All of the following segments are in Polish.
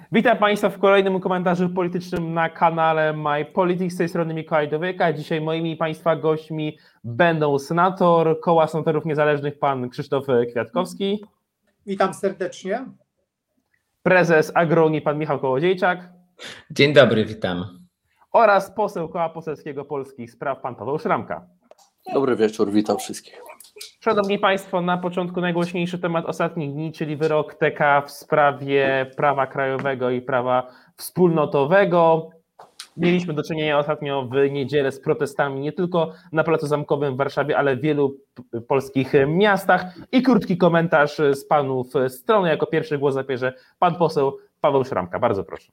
Witam Państwa w kolejnym komentarzu politycznym na kanale My Politics. Z tej strony Mikołaj Dowieka. Dzisiaj moimi Państwa gośćmi będą senator Koła Senatorów Niezależnych pan Krzysztof Kwiatkowski. Witam serdecznie. Prezes Agrounii pan Michał Kołodziejczak. Dzień dobry, witam. Oraz poseł Koła Poselskiego Polskich Spraw pan Paweł Szramka. Dobry wieczór, witam wszystkich. Szanowni Państwo, na początku najgłośniejszy temat ostatnich dni, czyli wyrok TK w sprawie prawa krajowego i prawa wspólnotowego. Mieliśmy do czynienia ostatnio w niedzielę z protestami nie tylko na Placu Zamkowym w Warszawie, ale w wielu polskich miastach. I krótki komentarz z panów strony. Jako pierwszy głos zabierze pan poseł Paweł Szramka. Bardzo proszę.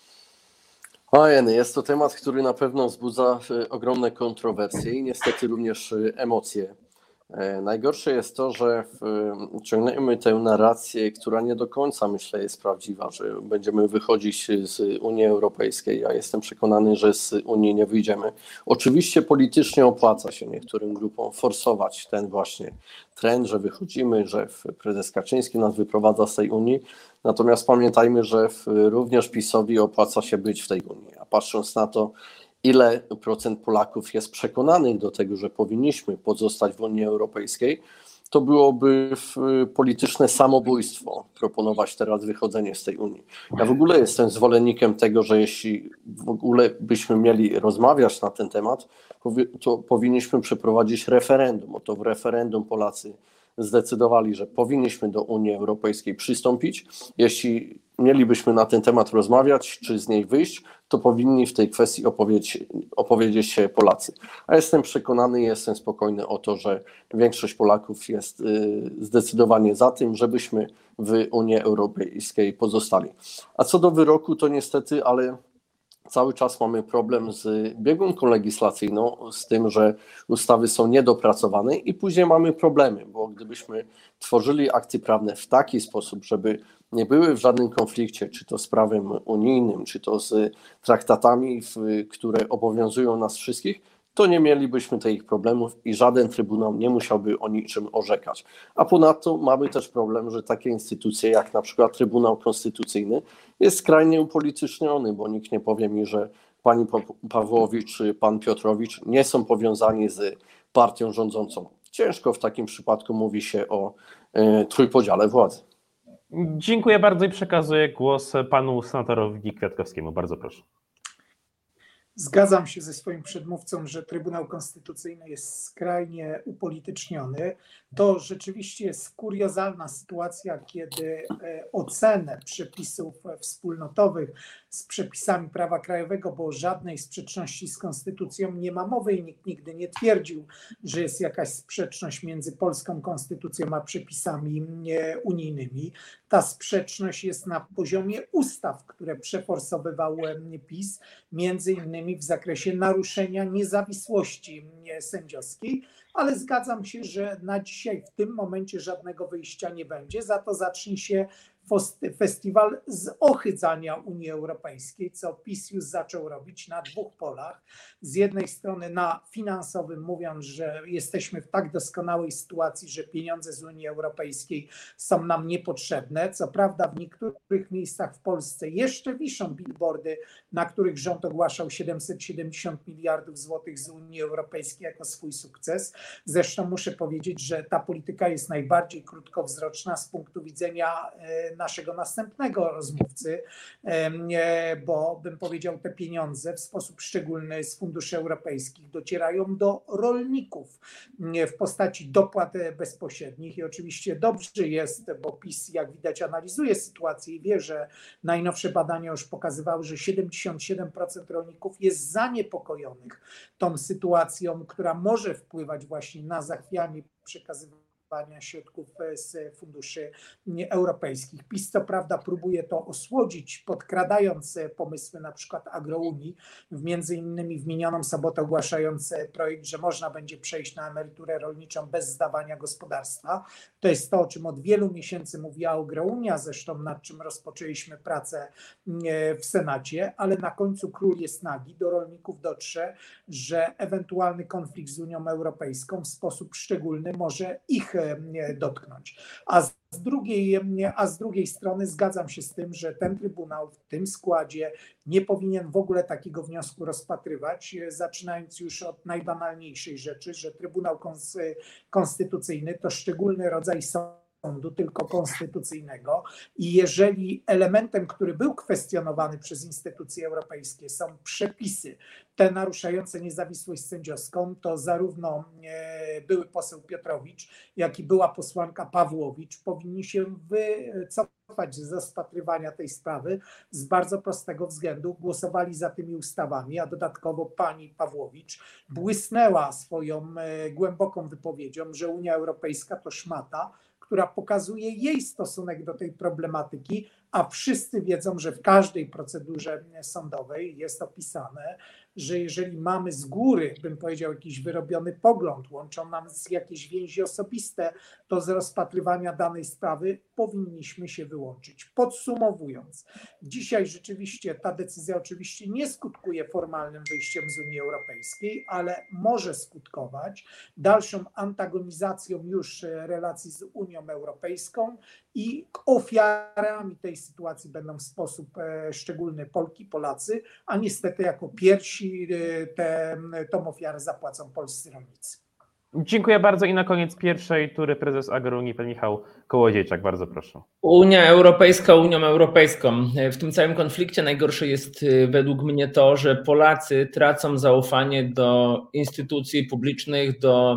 Jest to temat, który na pewno wzbudza ogromne kontrowersje i niestety również emocje. Najgorsze jest to, że ciągniemy tę narrację, która nie do końca, myślę, jest prawdziwa, że będziemy wychodzić z Unii Europejskiej. Ja jestem przekonany, że z Unii nie wyjdziemy. Oczywiście politycznie opłaca się niektórym grupom forsować ten właśnie trend, że wychodzimy, że prezes Kaczyński nas wyprowadza z tej Unii. Natomiast pamiętajmy, że również PiS-owi opłaca się być w tej Unii. A patrząc na to, ile procent Polaków jest przekonanych do tego, że powinniśmy pozostać w Unii Europejskiej, to byłoby polityczne samobójstwo proponować teraz wychodzenie z tej Unii. Ja w ogóle jestem zwolennikiem tego, że jeśli w ogóle byśmy mieli rozmawiać na ten temat, to powinniśmy przeprowadzić referendum. Oto w referendum Polacy zdecydowali, że powinniśmy do Unii Europejskiej przystąpić. Jeśli mielibyśmy na ten temat rozmawiać, czy z niej wyjść, to powinni w tej kwestii opowiedzieć się Polacy. A jestem przekonany, jestem spokojny o to, że większość Polaków jest zdecydowanie za tym, żebyśmy w Unii Europejskiej pozostali. A co do wyroku, to niestety, ale cały czas mamy problem z biegunką legislacyjną, z tym, że ustawy są niedopracowane i później mamy problemy, bo gdybyśmy tworzyli akty prawne w taki sposób, żeby nie były w żadnym konflikcie, czy to z prawem unijnym, czy to z traktatami, które obowiązują nas wszystkich, to nie mielibyśmy tych problemów i żaden trybunał nie musiałby o niczym orzekać. A ponadto mamy też problem, że takie instytucje jak na przykład Trybunał Konstytucyjny jest skrajnie upolityczniony, bo nikt nie powie mi, że pani Pawłowicz czy pan Piotrowicz nie są powiązani z partią rządzącą. Ciężko w takim przypadku mówi się o trójpodziale władzy. Dziękuję bardzo i przekazuję głos panu senatorowi Kwiatkowskiemu. Bardzo proszę. Zgadzam się ze swoim przedmówcą, że Trybunał Konstytucyjny jest skrajnie upolityczniony. To rzeczywiście jest kuriozalna sytuacja, kiedy ocenę przepisów wspólnotowych z przepisami prawa krajowego, bo żadnej sprzeczności z konstytucją nie ma mowy i nikt nigdy nie twierdził, że jest jakaś sprzeczność między polską konstytucją a przepisami unijnymi. Ta sprzeczność jest na poziomie ustaw, które przeforsowywał PiS, między innymi w zakresie naruszenia niezawisłości sędziowskiej, ale zgadzam się, że na dzisiaj w tym momencie żadnego wyjścia nie będzie, za to zacznie się festiwal zohydzania Unii Europejskiej, co PiS już zaczął robić na dwóch polach. Z jednej strony na finansowym, mówiąc, że jesteśmy w tak doskonałej sytuacji, że pieniądze z Unii Europejskiej są nam niepotrzebne. Co prawda w niektórych miejscach w Polsce jeszcze wiszą billboardy, na których rząd ogłaszał 770 miliardów złotych z Unii Europejskiej jako swój sukces. Zresztą muszę powiedzieć, że ta polityka jest najbardziej krótkowzroczna z punktu widzenia naszego następnego rozmówcy, bo bym powiedział, te pieniądze w sposób szczególny z funduszy europejskich docierają do rolników w postaci dopłat bezpośrednich i oczywiście dobrze jest, bo PiS, jak widać, analizuje sytuację i wie, że najnowsze badania już pokazywały, że 77% rolników jest zaniepokojonych tą sytuacją, która może wpływać właśnie na zachwianie przekazywania środków z funduszy europejskich. PiS co prawda próbuje to osłodzić, podkradając pomysły na przykład Agrounii, między innymi w minioną sobotę ogłaszając projekt, że można będzie przejść na emeryturę rolniczą bez zdawania gospodarstwa. To jest to, o czym od wielu miesięcy mówiła Agrounia, zresztą nad czym rozpoczęliśmy pracę w Senacie, ale na końcu król jest nagi. Do rolników dotrze, że ewentualny konflikt z Unią Europejską w sposób szczególny może ich dotknąć. A z drugiej strony zgadzam się z tym, że ten Trybunał w tym składzie nie powinien w ogóle takiego wniosku rozpatrywać, zaczynając już od najbanalniejszej rzeczy, że Trybunał Konstytucyjny to szczególny rodzaj sądu, tylko konstytucyjnego, i jeżeli elementem, który był kwestionowany przez instytucje europejskie, są przepisy te naruszające niezawisłość sędziowską, to zarówno były poseł Piotrowicz, jak i była posłanka Pawłowicz powinni się wycofać z rozpatrywania tej sprawy z bardzo prostego względu. Głosowali za tymi ustawami, a dodatkowo pani Pawłowicz błysnęła swoją głęboką wypowiedzią, że Unia Europejska to szmata, która pokazuje jej stosunek do tej problematyki, a wszyscy wiedzą, że w każdej procedurze sądowej jest opisane, że jeżeli mamy z góry, bym powiedział, jakiś wyrobiony pogląd, łączą nas jakieś więzi osobiste, to z rozpatrywania danej sprawy powinniśmy się wyłączyć. Podsumowując, dzisiaj rzeczywiście ta decyzja oczywiście nie skutkuje formalnym wyjściem z Unii Europejskiej, ale może skutkować dalszą antagonizacją już relacji z Unią Europejską i ofiarami tej sytuacji będą w sposób szczególny Polki, Polacy, a niestety jako pierwsi tą ofiarę zapłacą polscy rolnicy. Dziękuję bardzo i na koniec pierwszej tury prezes Agrounii, pan Michał Kołodziejczak, bardzo proszę. Unia Europejska Unią Europejską. W tym całym konflikcie najgorsze jest według mnie to, że Polacy tracą zaufanie do instytucji publicznych, do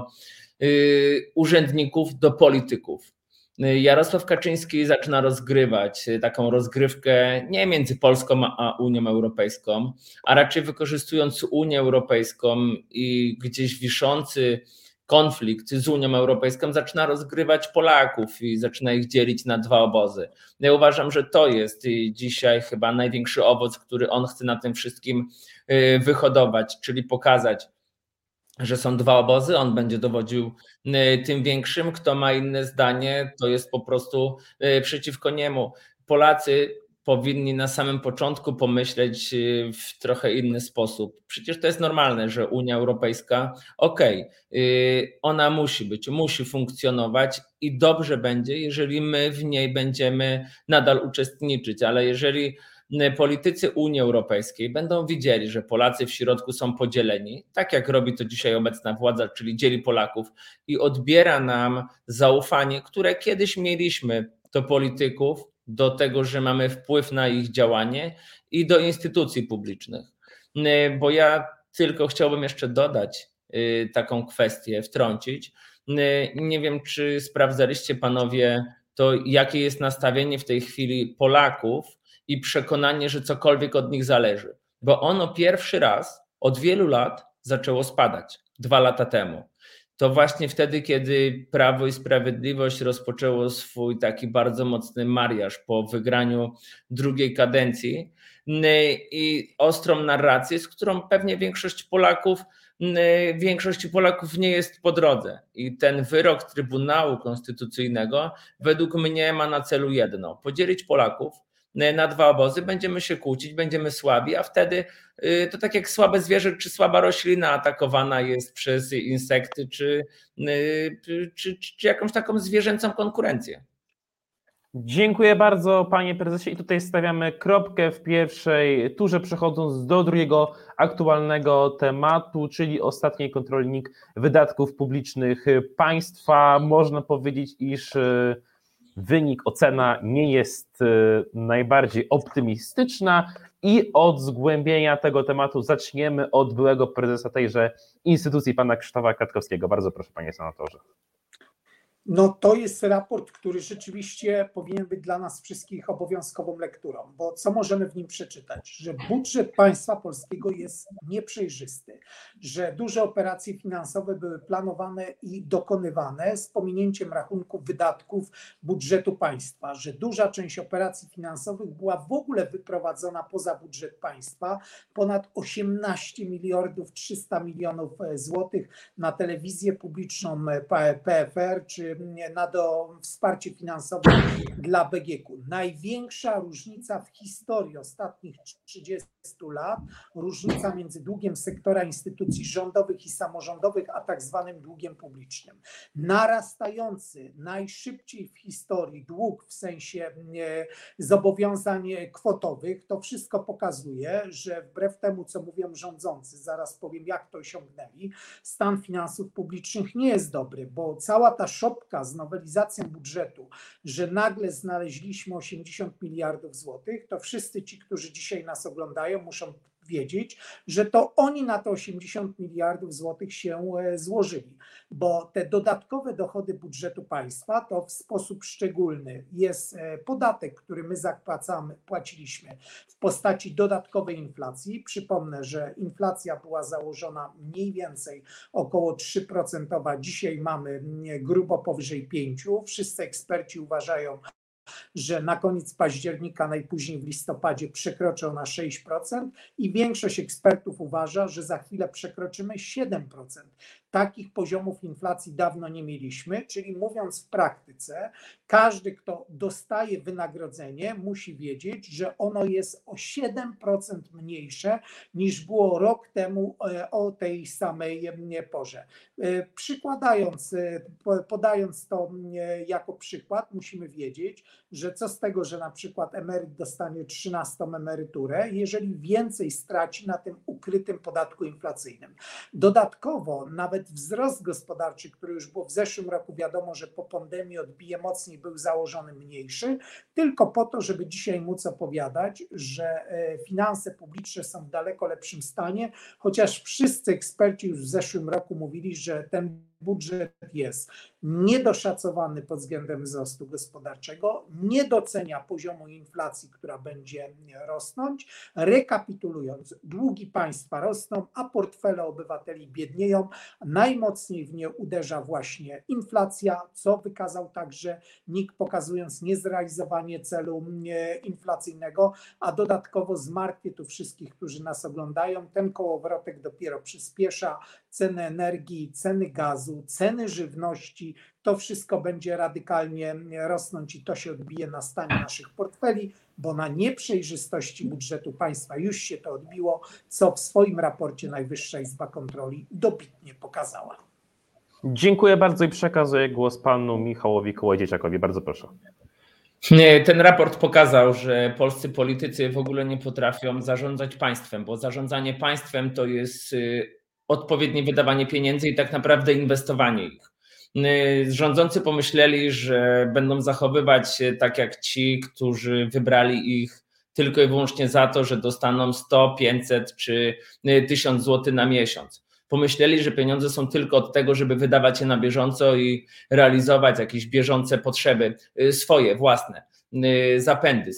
urzędników, do polityków. Jarosław Kaczyński zaczyna rozgrywać taką rozgrywkę nie między Polską a Unią Europejską, a raczej wykorzystując Unię Europejską i gdzieś wiszący konflikt z Unią Europejską zaczyna rozgrywać Polaków i zaczyna ich dzielić na dwa obozy. Ja uważam, że to jest dzisiaj chyba największy owoc, który on chce na tym wszystkim wyhodować, czyli pokazać, że są dwa obozy, on będzie dowodził tym większym, kto ma inne zdanie, to jest po prostu przeciwko niemu. Polacy powinni na samym początku pomyśleć w trochę inny sposób. Przecież to jest normalne, że Unia Europejska, ona musi być, musi funkcjonować i dobrze będzie, jeżeli my w niej będziemy nadal uczestniczyć, ale jeżeli politycy Unii Europejskiej będą widzieli, że Polacy w środku są podzieleni, tak jak robi to dzisiaj obecna władza, czyli dzieli Polaków i odbiera nam zaufanie, które kiedyś mieliśmy do polityków, do tego, że mamy wpływ na ich działanie i do instytucji publicznych. Bo ja tylko chciałbym jeszcze dodać taką kwestię, wtrącić. Nie wiem, czy sprawdzaliście panowie to, jakie jest nastawienie w tej chwili Polaków i przekonanie, że cokolwiek od nich zależy. Bo ono pierwszy raz od wielu lat zaczęło spadać 2 lata temu. To właśnie wtedy, kiedy Prawo i Sprawiedliwość rozpoczęło swój taki bardzo mocny mariaż po wygraniu drugiej kadencji i ostrą narrację, z którą pewnie większości Polaków nie jest po drodze. I ten wyrok Trybunału Konstytucyjnego według mnie ma na celu jedno: podzielić Polaków na 2 obozy, będziemy się kłócić, będziemy słabi, a wtedy to tak jak słabe zwierzę czy słaba roślina atakowana jest przez insekty czy jakąś taką zwierzęcą konkurencję. Dziękuję bardzo, panie prezesie, i tutaj stawiamy kropkę w pierwszej turze, przechodząc do drugiego aktualnego tematu, czyli ostatniej kontroli NIK wydatków publicznych państwa. Można powiedzieć, iż wynik, ocena nie jest najbardziej optymistyczna i od zgłębienia tego tematu zaczniemy od byłego prezesa tejże instytucji, pana Krzysztofa Kwiatkowskiego. Bardzo proszę, panie senatorze. No to jest raport, który rzeczywiście powinien być dla nas wszystkich obowiązkową lekturą, bo co możemy w nim przeczytać? Że budżet państwa polskiego jest nieprzejrzysty, że duże operacje finansowe były planowane i dokonywane z pominięciem rachunków wydatków budżetu państwa, że duża część operacji finansowych była w ogóle wyprowadzona poza budżet państwa, ponad 18 miliardów 300 milionów złotych na telewizję publiczną PFR czy wsparcie finansowe dla BGK-u. Największa różnica w historii ostatnich 30 lat, różnica między długiem sektora instytucji rządowych i samorządowych, a tak zwanym długiem publicznym. Narastający najszybciej w historii dług w sensie zobowiązań kwotowych, to wszystko pokazuje, że wbrew temu, co mówią rządzący, zaraz powiem, jak to osiągnęli, stan finansów publicznych nie jest dobry, bo cała ta szopka z nowelizacją budżetu, że nagle znaleźliśmy 80 miliardów złotych, to wszyscy ci, którzy dzisiaj nas oglądają, muszą wiedzieć, że to oni na to 80 miliardów złotych się złożyli, bo te dodatkowe dochody budżetu państwa to w sposób szczególny jest podatek, który my płaciliśmy w postaci dodatkowej inflacji. Przypomnę, że inflacja była założona mniej więcej około 3%, dzisiaj mamy grubo powyżej 5%. Wszyscy eksperci uważają, że na koniec października, najpóźniej w listopadzie przekroczą na 6% i większość ekspertów uważa, że za chwilę przekroczymy 7%. Takich poziomów inflacji dawno nie mieliśmy, czyli mówiąc w praktyce, każdy, kto dostaje wynagrodzenie, musi wiedzieć, że ono jest o 7% mniejsze niż było rok temu o tej samej porze. Podając to jako przykład, musimy wiedzieć, że co z tego, że na przykład emeryt dostanie 13. emeryturę, jeżeli więcej straci na tym ukrytym podatku inflacyjnym. Dodatkowo nawet wzrost gospodarczy, który już było w zeszłym roku, wiadomo, że po pandemii odbije mocniej, był założony mniejszy, tylko po to, żeby dzisiaj móc opowiadać, że finanse publiczne są w daleko lepszym stanie, chociaż wszyscy eksperci już w zeszłym roku mówili, że ten budżet jest niedoszacowany pod względem wzrostu gospodarczego, nie docenia poziomu inflacji, która będzie rosnąć. Rekapitulując, długi państwa rosną, a portfele obywateli biednieją. Najmocniej w nie uderza właśnie inflacja, co wykazał także NIK, pokazując niezrealizowanie celu inflacyjnego, a dodatkowo zmartwię tu wszystkich, którzy nas oglądają. Ten kołowrotek dopiero przyspiesza, ceny energii, ceny gazu, ceny żywności, to wszystko będzie radykalnie rosnąć i to się odbije na stanie naszych portfeli, bo na nieprzejrzystości budżetu państwa już się to odbiło, co w swoim raporcie Najwyższa Izba Kontroli dobitnie pokazała. Dziękuję bardzo i przekazuję głos panu Michałowi Kołodziejczakowi. Bardzo proszę. Ten raport pokazał, że polscy politycy w ogóle nie potrafią zarządzać państwem, bo zarządzanie państwem to jest odpowiednie wydawanie pieniędzy i tak naprawdę inwestowanie ich. Rządzący pomyśleli, że będą zachowywać się tak jak ci, którzy wybrali ich tylko i wyłącznie za to, że dostaną 100, 500 czy 1000 zł na miesiąc. Pomyśleli, że pieniądze są tylko od tego, żeby wydawać je na bieżąco i realizować jakieś bieżące potrzeby, swoje własne zapędy,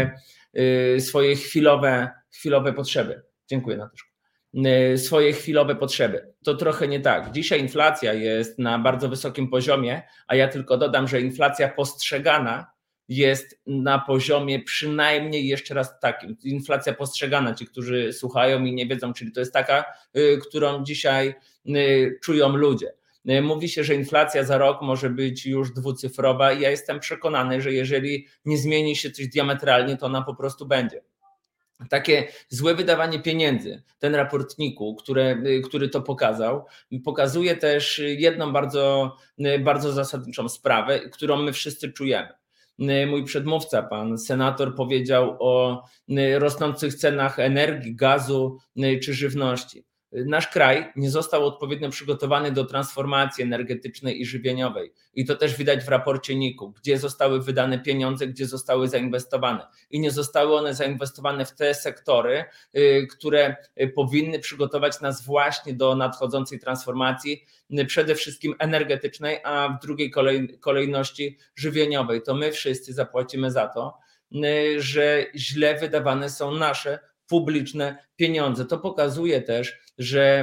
swoje chwilowe potrzeby. Dziękuję, Natuszku. Swoje chwilowe potrzeby. To trochę nie tak. Dzisiaj inflacja jest na bardzo wysokim poziomie, a ja tylko dodam, że inflacja postrzegana jest na poziomie przynajmniej jeszcze raz takim. Inflacja postrzegana, ci, którzy słuchają i nie wiedzą, czyli to jest taka, którą dzisiaj czują ludzie. Mówi się, że inflacja za rok może być już dwucyfrowa i ja jestem przekonany, że jeżeli nie zmieni się coś diametralnie, to ona po prostu będzie. Takie złe wydawanie pieniędzy, ten raport NIK-u, który to pokazał, pokazuje też jedną bardzo zasadniczą sprawę, którą my wszyscy czujemy. Mój przedmówca, pan senator, powiedział o rosnących cenach energii, gazu czy żywności. Nasz kraj nie został odpowiednio przygotowany do transformacji energetycznej i żywieniowej. I to też widać w raporcie NIK-u, gdzie zostały wydane pieniądze, gdzie zostały zainwestowane. I nie zostały one zainwestowane w te sektory, które powinny przygotować nas właśnie do nadchodzącej transformacji, przede wszystkim energetycznej, a w drugiej kolejności żywieniowej. To my wszyscy zapłacimy za to, że źle wydawane są nasze publiczne pieniądze. To pokazuje też, że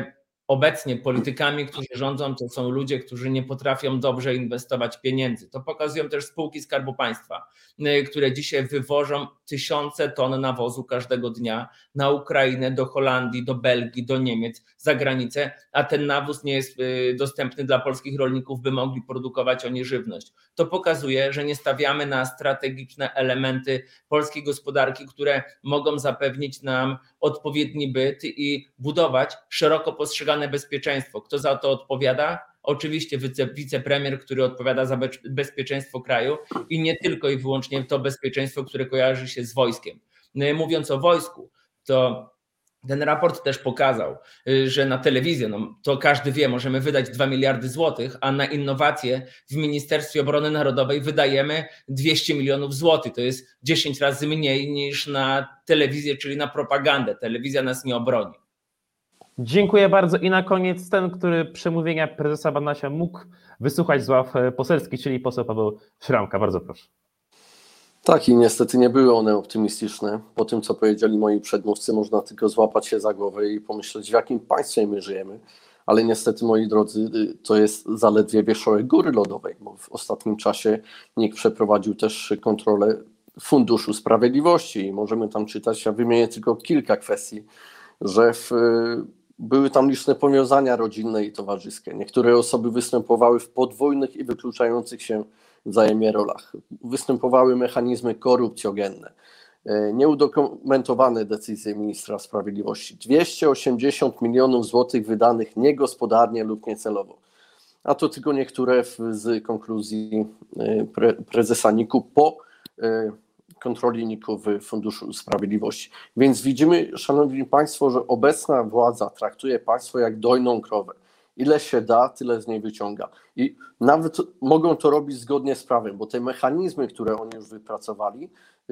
obecnie politykami, którzy rządzą, to są ludzie, którzy nie potrafią dobrze inwestować pieniędzy. To pokazują też spółki Skarbu Państwa, które dzisiaj wywożą tysiące ton nawozu każdego dnia na Ukrainę, do Holandii, do Belgii, do Niemiec, za granicę, a ten nawóz nie jest dostępny dla polskich rolników, by mogli produkować oni żywność. To pokazuje, że nie stawiamy na strategiczne elementy polskiej gospodarki, które mogą zapewnić nam odpowiedni byt i budować szeroko postrzegane bezpieczeństwo. Kto za to odpowiada? Oczywiście wicepremier, który odpowiada za bezpieczeństwo kraju i nie tylko i wyłącznie to bezpieczeństwo, które kojarzy się z wojskiem. Mówiąc o wojsku, to ten raport też pokazał, że na telewizję, to każdy wie, możemy wydać 2 miliardy złotych, a na innowacje w Ministerstwie Obrony Narodowej wydajemy 200 milionów złotych. To jest 10 razy mniej niż na telewizję, czyli na propagandę. Telewizja nas nie obroni. Dziękuję bardzo i na koniec ten, który przemówienia prezesa Banasia mógł wysłuchać z ław poselskich, czyli poseł Paweł Szramka. Bardzo proszę. Tak, i niestety nie były one optymistyczne. Po tym, co powiedzieli moi przedmówcy, można tylko złapać się za głowę i pomyśleć, w jakim państwie my żyjemy. Ale niestety, moi drodzy, to jest zaledwie wierzchołek góry lodowej, bo w ostatnim czasie NIK przeprowadził też kontrolę Funduszu Sprawiedliwości i możemy tam czytać, ja wymienię tylko kilka kwestii, że były tam liczne powiązania rodzinne i towarzyskie. Niektóre osoby występowały w podwójnych i wykluczających się wzajemnie rolach. Występowały mechanizmy korupcjogenne, nieudokumentowane decyzje ministra sprawiedliwości, 280 milionów złotych wydanych niegospodarnie lub niecelowo. A to tylko niektóre z konkluzji prezesa NIK-u po kontroli NIK-u w Funduszu Sprawiedliwości. Więc widzimy, szanowni państwo, że obecna władza traktuje państwo jak dojną krowę. Ile się da, tyle z niej wyciąga. I nawet mogą to robić zgodnie z prawem, bo te mechanizmy, które oni już wypracowali,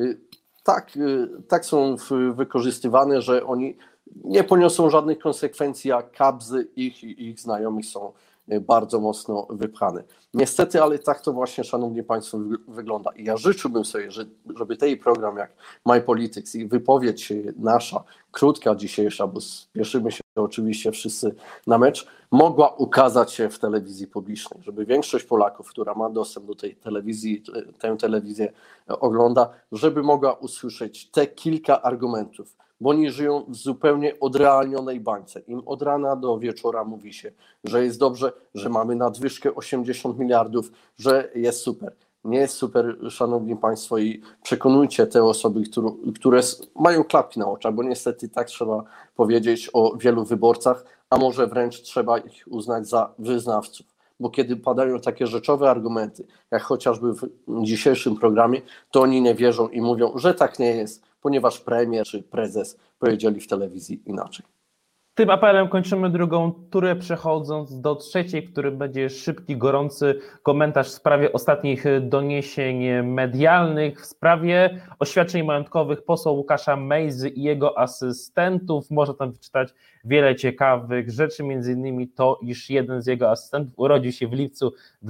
tak są wykorzystywane, że oni nie poniosą żadnych konsekwencji, a kabzy ich znajomych są bardzo mocno wypchane. Niestety, ale tak to właśnie, szanowni państwo, wygląda. I ja życzyłbym sobie, żeby ten program jak My Politics i wypowiedź nasza, krótka dzisiejsza, bo spieszymy się oczywiście wszyscy na mecz, mogła ukazać się w telewizji publicznej, żeby większość Polaków, która ma dostęp do tej telewizji, tę telewizję ogląda, żeby mogła usłyszeć te kilka argumentów, bo oni żyją w zupełnie odrealnionej bańce. Im od rana do wieczora mówi się, że jest dobrze, że mamy nadwyżkę 80 miliardów, że jest super. Nie jest super, szanowni państwo, i przekonujcie te osoby, które mają klapki na oczach, bo niestety tak trzeba powiedzieć o wielu wyborcach, a może wręcz trzeba ich uznać za wyznawców. Bo kiedy padają takie rzeczowe argumenty, jak chociażby w dzisiejszym programie, to oni nie wierzą i mówią, że tak nie jest, ponieważ premier czy prezes powiedzieli w telewizji inaczej. Tym apelem kończymy drugą turę, przechodząc do trzeciej, w którym będzie szybki, gorący komentarz w sprawie ostatnich doniesień medialnych, w sprawie oświadczeń majątkowych posła Łukasza Mejzy i jego asystentów. Można tam wyczytać wiele ciekawych rzeczy, między innymi to, iż jeden z jego asystentów urodził się w lipcu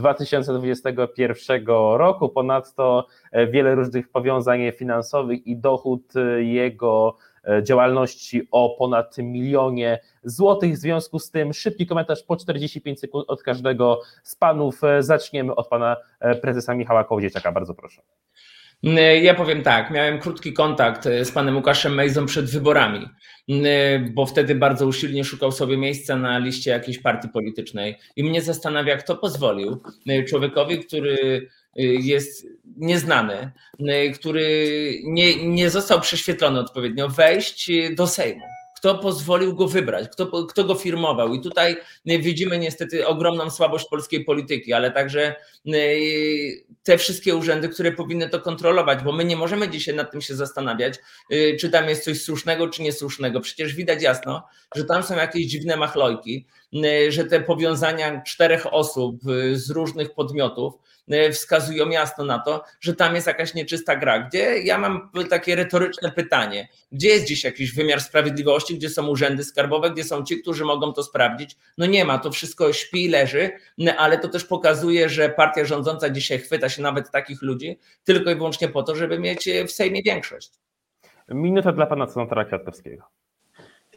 2021 roku. Ponadto wiele różnych powiązań finansowych i dochód jego działalności o ponad 1 milionie złotych. W związku z tym szybki komentarz po 45 sekund od każdego z panów. Zaczniemy od pana prezesa Michała Kołodziejczaka. Bardzo proszę. Ja powiem tak, miałem krótki kontakt z panem Łukaszem Mejzą przed wyborami, bo wtedy bardzo usilnie szukał sobie miejsca na liście jakiejś partii politycznej i mnie zastanawia, kto pozwolił człowiekowi, który jest nieznany, który nie został prześwietlony odpowiednio, wejść do Sejmu. Kto pozwolił go wybrać, kto go firmował. I tutaj widzimy niestety ogromną słabość polskiej polityki, ale także te wszystkie urzędy, które powinny to kontrolować, bo my nie możemy dzisiaj nad tym się zastanawiać, czy tam jest coś słusznego, czy niesłusznego. Przecież widać jasno, że tam są jakieś dziwne machlojki, że te powiązania 4 osób z różnych podmiotów wskazują jasno na to, że tam jest jakaś nieczysta gra. Gdzie ja mam takie retoryczne pytanie, gdzie jest dziś jakiś wymiar sprawiedliwości, gdzie są urzędy skarbowe, gdzie są ci, którzy mogą to sprawdzić? No nie ma, to wszystko śpi, leży, ale to też pokazuje, że partia rządząca dzisiaj chwyta się nawet takich ludzi tylko i wyłącznie po to, żeby mieć w Sejmie większość. Minuta dla pana senatora Kwiatkowskiego.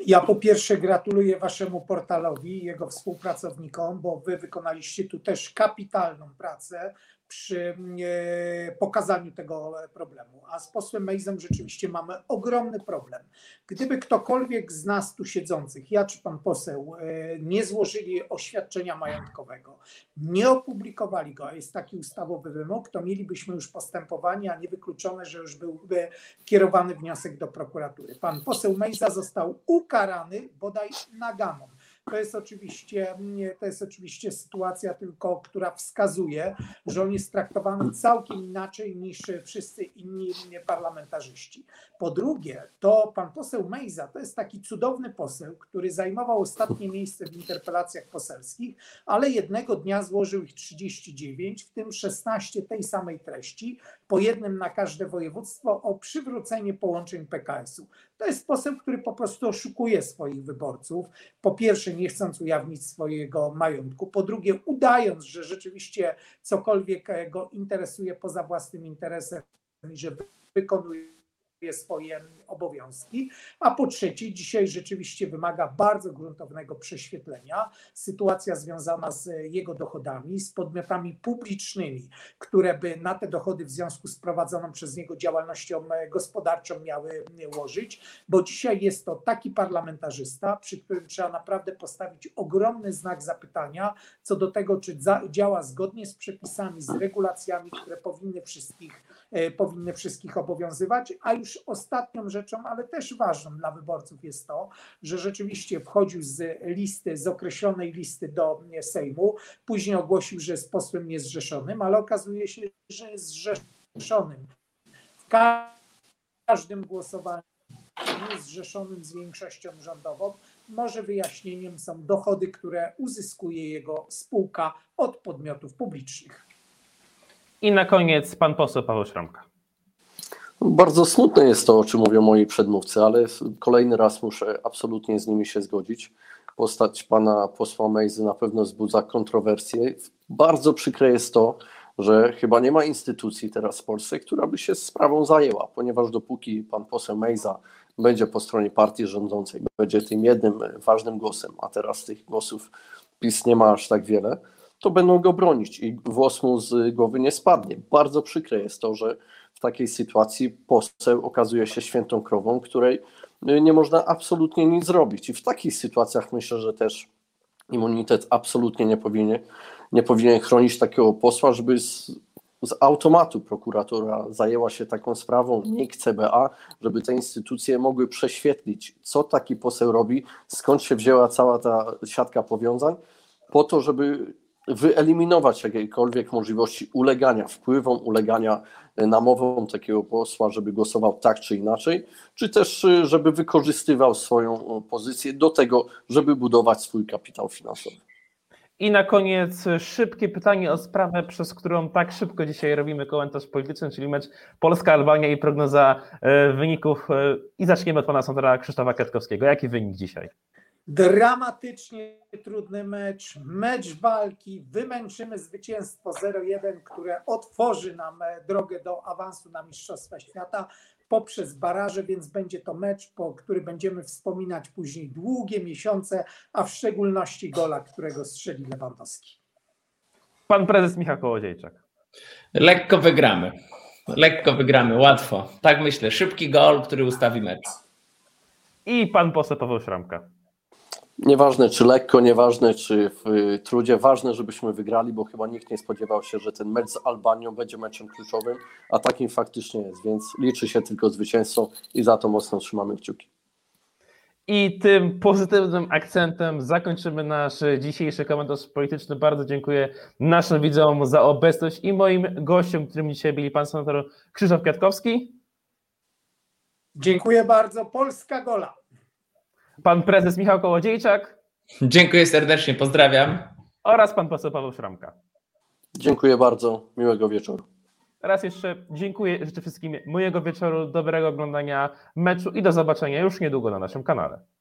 Ja po pierwsze gratuluję waszemu portalowi i jego współpracownikom, bo wy wykonaliście tu też kapitalną pracę przy pokazaniu tego problemu. A z posłem Mejzą rzeczywiście mamy ogromny problem. Gdyby ktokolwiek z nas tu siedzących, ja czy pan poseł, nie złożyli oświadczenia majątkowego, nie opublikowali go, a jest taki ustawowy wymóg, to mielibyśmy już postępowanie, a nie wykluczone, że już byłby kierowany wniosek do prokuratury. Pan poseł Mejza został ukarany bodaj naganną. To jest oczywiście sytuacja tylko, która wskazuje, że on jest traktowany całkiem inaczej niż wszyscy inni parlamentarzyści. Po drugie, to pan poseł Mejza to jest taki cudowny poseł, który zajmował ostatnie miejsce w interpelacjach poselskich, ale jednego dnia złożył ich 39, w tym 16 tej samej treści, po jednym na każde województwo, o przywrócenie połączeń PKS-u. To jest poseł, który po prostu oszukuje swoich wyborców. Po pierwsze, nie chcąc ujawnić swojego majątku. Po drugie, udając, że rzeczywiście cokolwiek go interesuje poza własnym interesem i że wykonuje swoje obowiązki, a po trzecie dzisiaj rzeczywiście wymaga bardzo gruntownego prześwietlenia. Sytuacja związana z jego dochodami, z podmiotami publicznymi, które by na te dochody w związku z prowadzoną przez niego działalnością gospodarczą miały łożyć, bo dzisiaj jest to taki parlamentarzysta, przy którym trzeba naprawdę postawić ogromny znak zapytania co do tego, czy działa zgodnie z przepisami, z regulacjami, które powinny wszystkich obowiązywać, a już ostatnią rzeczą, ale też ważną dla wyborców jest to, że rzeczywiście wchodził z określonej listy do Sejmu, później ogłosił, że jest posłem niezrzeszonym, ale okazuje się, że jest zrzeszonym. W każdym głosowaniu niezrzeszonym z większością rządową, może wyjaśnieniem są dochody, które uzyskuje jego spółka od podmiotów publicznych. I na koniec pan poseł Paweł Szramka. Bardzo smutne jest to, o czym mówią moi przedmówcy, ale kolejny raz muszę absolutnie z nimi się zgodzić. Postać pana posła Mejzy na pewno wzbudza kontrowersje. Bardzo przykre jest to, że chyba nie ma instytucji teraz w Polsce, która by się sprawą zajęła, ponieważ dopóki pan poseł Mejza będzie po stronie partii rządzącej, będzie tym jednym ważnym głosem, a teraz tych głosów PiS nie ma aż tak wiele, to będą go bronić i włos mu z głowy nie spadnie. Bardzo przykre jest to, że w takiej sytuacji poseł okazuje się świętą krową, której nie można absolutnie nic zrobić. I w takich sytuacjach myślę, że też immunitet absolutnie nie powinien chronić takiego posła, żeby z automatu prokuratura zajęła się taką sprawą, NIK, CBA, żeby te instytucje mogły prześwietlić, co taki poseł robi, skąd się wzięła cała ta siatka powiązań, po to, żeby wyeliminować jakiekolwiek możliwości wpływom, ulegania namowom takiego posła, żeby głosował tak czy inaczej, czy też żeby wykorzystywał swoją pozycję do tego, żeby budować swój kapitał finansowy. I na koniec szybkie pytanie o sprawę, przez którą tak szybko dzisiaj robimy komentarz polityczny, czyli mecz Polska-Albania i prognoza wyników. I zaczniemy od pana senatora Krzysztofa Kwiatkowskiego. Jaki wynik dzisiaj? Dramatycznie trudny mecz walki, wymęczymy zwycięstwo 0-1, które otworzy nam drogę do awansu na Mistrzostwa Świata poprzez baraże, więc będzie to mecz, który będziemy wspominać później długie miesiące, a w szczególności gola, którego strzeli Lewandowski. Pan prezes Michał Kołodziejczak. Lekko wygramy, łatwo. Tak myślę, szybki gol, który ustawi mecz. I pan poseł Paweł Szramka. Nieważne czy lekko, nieważne czy w trudzie, ważne, żebyśmy wygrali, bo chyba nikt nie spodziewał się, że ten mecz z Albanią będzie meczem kluczowym, a takim faktycznie jest, więc liczy się tylko zwycięstwo i za to mocno trzymamy kciuki. I tym pozytywnym akcentem zakończymy nasz dzisiejszy komentarz polityczny. Bardzo dziękuję naszym widzom za obecność i moim gościom, którym dzisiaj byli pan senator Krzysztof Kwiatkowski. Dziękuję bardzo. Polska gola. Pan prezes Michał Kołodziejczak. Dziękuję serdecznie, pozdrawiam. Oraz pan poseł Paweł Szramka. Dziękuję bardzo, miłego wieczoru. Raz jeszcze dziękuję, życzę wszystkim miłego wieczoru, dobrego oglądania meczu i do zobaczenia już niedługo na naszym kanale.